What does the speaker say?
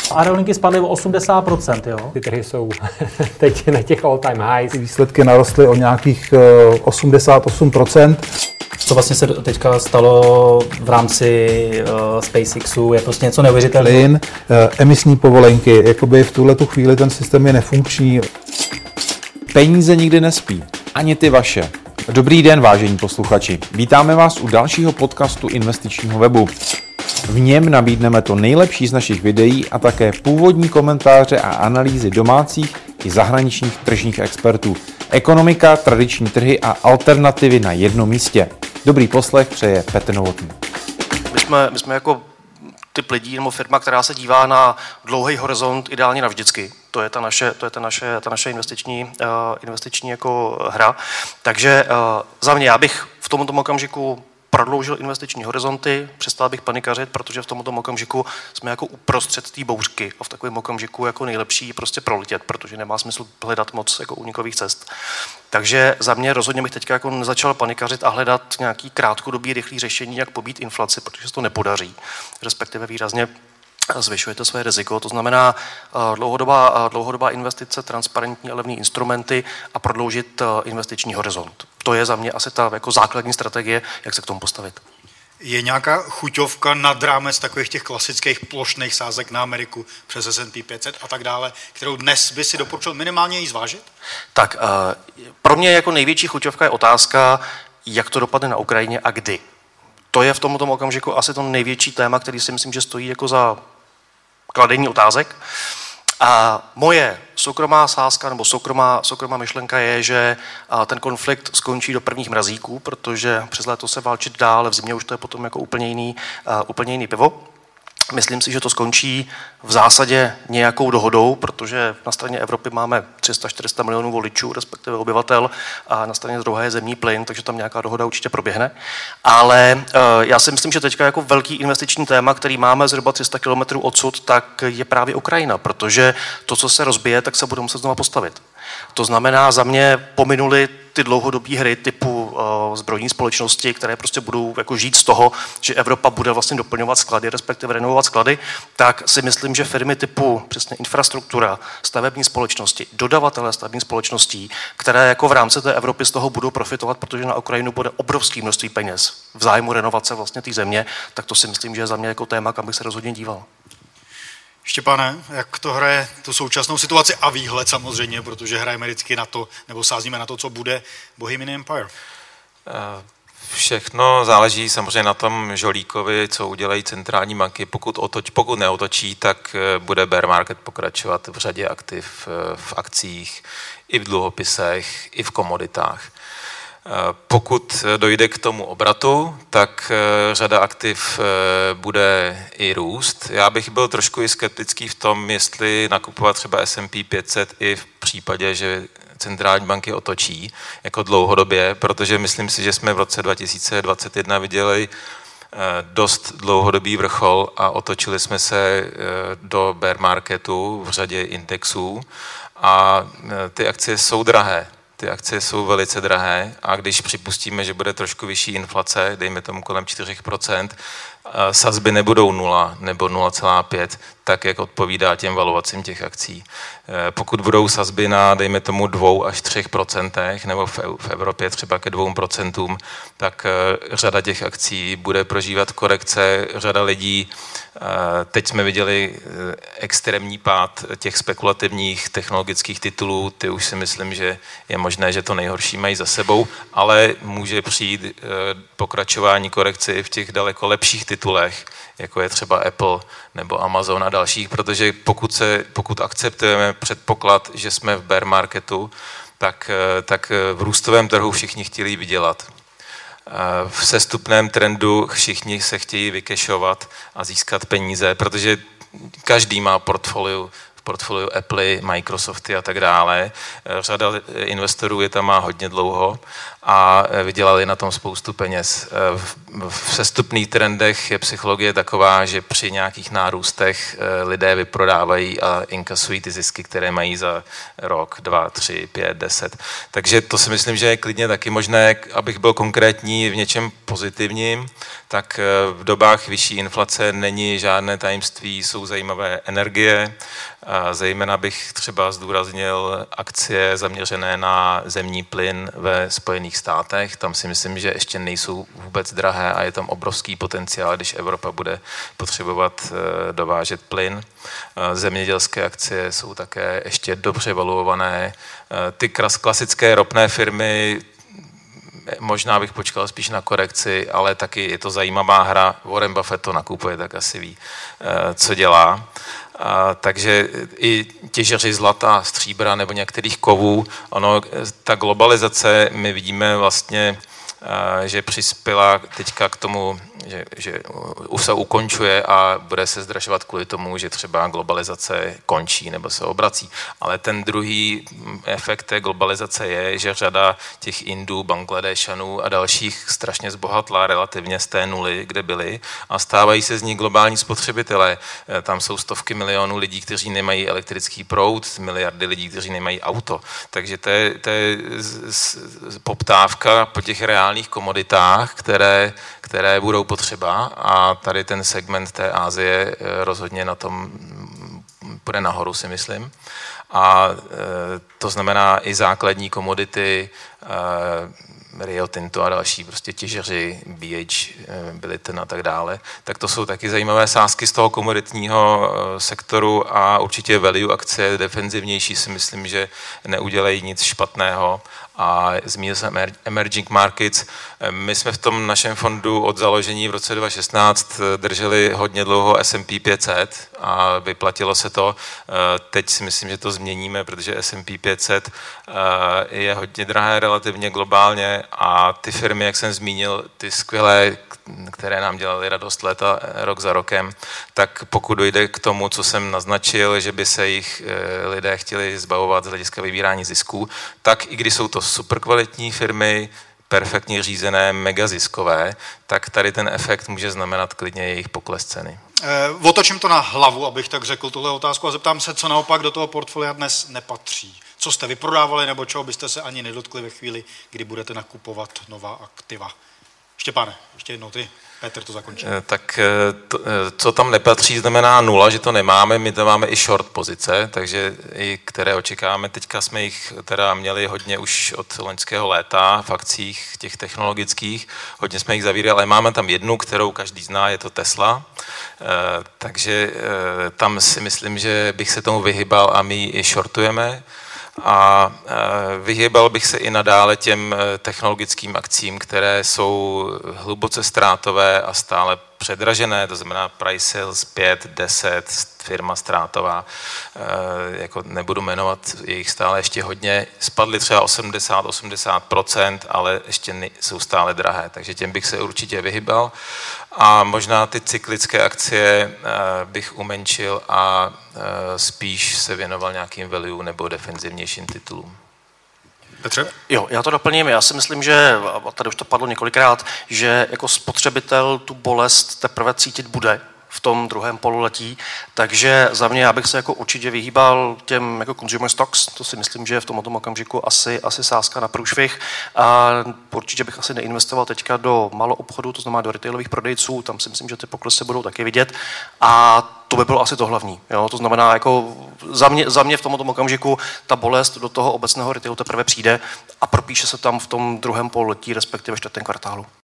Aerolinky spadly o 80%, jo? Ty trhy jsou teď na těch all-time highs. Ty výsledky narostly o nějakých 88%. Co vlastně se teďka stalo v rámci SpaceXu, je prostě něco neuvěřitelného. Plyn, emisní povolenky, jakoby v tuhletu chvíli ten systém je nefunkční. Peníze nikdy nespí, ani ty vaše. Dobrý den, vážení posluchači. Vítáme vás u dalšího podcastu investičního webu. V něm nabídneme to nejlepší z našich videí a také původní komentáře a analýzy domácích i zahraničních tržních expertů. Ekonomika, tradiční trhy a alternativy na jednom místě. Dobrý poslech přeje Petr Novotný. My jsme jako typ lidí nebo firma, která se dívá na dlouhý horizont, ideálně navždycky. To je ta naše investiční jako hra. Takže za mě, já bych v tomto okamžiku prodloužil investiční horizonty, přestal bych panikařit, protože v tomto okamžiku jsme jako uprostřed té bouřky a v takovém okamžiku jako nejlepší prostě proletět, protože nemá smysl hledat moc jako únikových cest. Takže za mě rozhodně bych teďka jako nezačal panikařit a hledat nějaký krátkodobý rychlý řešení, jak pobít inflaci, protože se to nepodaří, respektive výrazně zvyšujete své riziko. To znamená dlouhodobá investice, transparentní a levné instrumenty a prodloužit investiční horizont. To je za mě asi ta jako základní strategie, jak se k tomu postavit. Je nějaká chuťovka nad rámec takových těch klasických plošných sázek na Ameriku přes S&P 500 a tak dále, kterou dnes by si doporučil minimálně jí zvážit? Tak pro mě jako největší chuťovka je otázka, jak to dopadne na Ukrajině a kdy. To je v tomto okamžiku asi to největší téma, který si myslím, že stojí jako za kladení otázek. A moje soukromá sázka nebo soukromá myšlenka je, že ten konflikt skončí do prvních mrazíků, protože přes léto se válčit dá, ale v zimě už to je potom jako úplně jiný pivo. Myslím si, že to skončí v zásadě nějakou dohodou, protože na straně Evropy máme 300-400 milionů voličů, respektive obyvatel, a na straně druhé je zemní plyn, takže tam nějaká dohoda určitě proběhne. Ale já si myslím, že teďka jako velký investiční téma, který máme zhruba 300 kilometrů odsud, tak je právě Ukrajina, protože to, co se rozbije, tak se bude muset znovu postavit. To znamená, za mě pominuli ty dlouhodobé hry typu zbrojní společnosti, které prostě budou jako žít z toho, že Evropa bude vlastně doplňovat sklady, respektive renovovat sklady, tak si myslím, že firmy typu přesně infrastruktura, stavební společnosti, dodavatelé stavebních společností, které jako v rámci té Evropy z toho budou profitovat, protože na Ukrajinu bude obrovské množství peněz v zájmu renovace vlastně té země, tak to si myslím, že je za mě jako téma, kam bych se rozhodně díval. Štěpáne, jak to hraje tu současnou situaci a výhled samozřejmě, protože hrajeme vždycky na to, nebo sázíme na to, co bude Bohemian Empire? Všechno záleží samozřejmě na tom žolíkovi, co udělají centrální banky. Pokud neotočí, tak bude bear market pokračovat v řadě aktiv, v akcích, i v dluhopisech, i v komoditách. Pokud dojde k tomu obratu, tak řada aktiv bude i růst. Já bych byl trošku i skeptický v tom, jestli nakupovat třeba S&P 500 i v případě, že centrální banky otočí jako dlouhodobě, protože myslím si, že jsme v roce 2021 viděli dost dlouhodobý vrchol a otočili jsme se do bear marketu v řadě indexů a ty akcie jsou drahé. Ty akcie jsou velice drahé a když připustíme, že bude trošku vyšší inflace, dejme tomu kolem 4%, sazby nebudou 0 nebo 0,5, tak jak odpovídá těm valuacím těch akcí. Pokud budou sazby na, dejme tomu, 2 až 3%, nebo v Evropě třeba ke 2%, tak řada těch akcí bude prožívat korekce, řada lidí. Teď jsme viděli extrémní pád těch spekulativních technologických titulů, ty už si myslím, že je možné, že to nejhorší mají za sebou, ale může přijít pokračování korekce v těch daleko lepších titulech, jako je třeba Apple nebo Amazon a dalších, protože pokud akceptujeme předpoklad, že jsme v bear marketu, tak v růstovém trhu všichni chtějí vydělat. V sestupném trendu všichni se chtějí vykešovat a získat peníze, protože každý má v portfoliu Apple, Microsofty a tak dále. Řada investorů je tam má hodně dlouho a vydělali na tom spoustu peněz. V sestupných trendech je psychologie taková, že při nějakých nárůstech lidé vyprodávají a inkasují ty zisky, které mají za rok, 2, 3, 5, 10. Takže to si myslím, že je klidně taky možné, abych byl konkrétní v něčem pozitivním, tak v dobách vyšší inflace není žádné tajemství, jsou zajímavé energie. Zejména bych třeba zdůraznil akcie zaměřené na zemní plyn ve Spojených státech. Tam si myslím, že ještě nejsou vůbec drahé a je tam obrovský potenciál, když Evropa bude potřebovat dovážet plyn. Zemědělské akcie jsou také ještě dobře valuované. Ty klasické ropné firmy, možná bych počkal spíš na korekci, ale taky je to zajímavá hra. Warren Buffett to nakupuje, tak asi ví, co dělá. Takže i těžaři zlata, stříbra nebo některých kovů, ta globalizace, my vidíme vlastně, že přispěla teďka k tomu, že se ukončuje a bude se zdražovat kvůli tomu, že třeba globalizace končí nebo se obrací. Ale ten druhý efekt té globalizace je, že řada těch Indů, Bangladešanů a dalších strašně zbohatla relativně z té nuly, kde byli a stávají se z nich globální spotřebitelé. Tam jsou stovky milionů lidí, kteří nemají elektrický proud, miliardy lidí, kteří nemají auto. Takže to je poptávka po těch reálných komoditách, které budou potřeba a tady ten segment té Asie rozhodně na tom půjde nahoru, si myslím. A to znamená i základní komodity, Rio Tinto a další prostě těžeři, BH, Billiton a tak dále, tak to jsou taky zajímavé sázky z toho komoditního sektoru a určitě value akcie defenzivnější si myslím, že neudělají nic špatného. A zmínil jsem emerging markets. My jsme v tom našem fondu od založení v roce 2016 drželi hodně dlouho S&P 500 a vyplatilo se to. Teď si myslím, že to změníme, protože S&P 500 je hodně drahé relativně globálně a ty firmy, jak jsem zmínil, ty skvělé, které nám dělaly radost léta rok za rokem, tak pokud dojde k tomu, co jsem naznačil, že by se jich lidé chtěli zbavovat z hlediska vybírání zisků, tak i když jsou to super kvalitní firmy, perfektně řízené, mega ziskové, tak tady ten efekt může znamenat klidně jejich pokles ceny. Otočím to na hlavu, abych tak řekl tuhle otázku a zeptám se, co naopak do toho portfolia dnes nepatří. Co jste vyprodávali nebo čeho byste se ani nedotkli ve chvíli, kdy budete nakupovat nová aktiva? Štěpáne, ještě jednou ty. Petr to zakončí. Tak co tam nepatří, znamená nula, že to nemáme, my to máme i short pozice, takže i které očekáváme, teďka jsme jich teda měli hodně už od loňského léta v akcích těch technologických, hodně jsme jich zavírali, ale máme tam jednu, kterou každý zná, je to Tesla, takže tam si myslím, že bych se tomu vyhybal a my ji i shortujeme. A vyhýbal bych se i nadále těm technologickým akcím, které jsou hluboce ztrátové a stále předražené, to znamená price sales 5, 10, firma ztrátová, jako nebudu jmenovat, je jich stále ještě hodně, spadly třeba 80%, ale ještě jsou stále drahé, takže těm bych se určitě vyhybal a možná ty cyklické akcie bych umenšil a spíš se věnoval nějakým value nebo defenzivnějším titulům. Petře? Jo, já to doplním. Já si myslím, že, a tady už to padlo několikrát, že jako spotřebitel tu bolest teprve cítit bude v tom druhém pololetí, takže za mě já bych se jako určitě vyhýbal těm jako consumer stocks, to si myslím, že je v tomto okamžiku asi sázka na průšvih a určitě bych asi neinvestoval teďka do malou obchodu, to znamená do retailových prodejců, tam si myslím, že ty poklesy budou taky vidět a to by bylo asi to hlavní. Jo? To znamená, jako za mě v tomto okamžiku ta bolest do toho obecného retailu teprve přijde a propíše se tam v tom druhém pololetí, respektive čtvrtém kvartálu.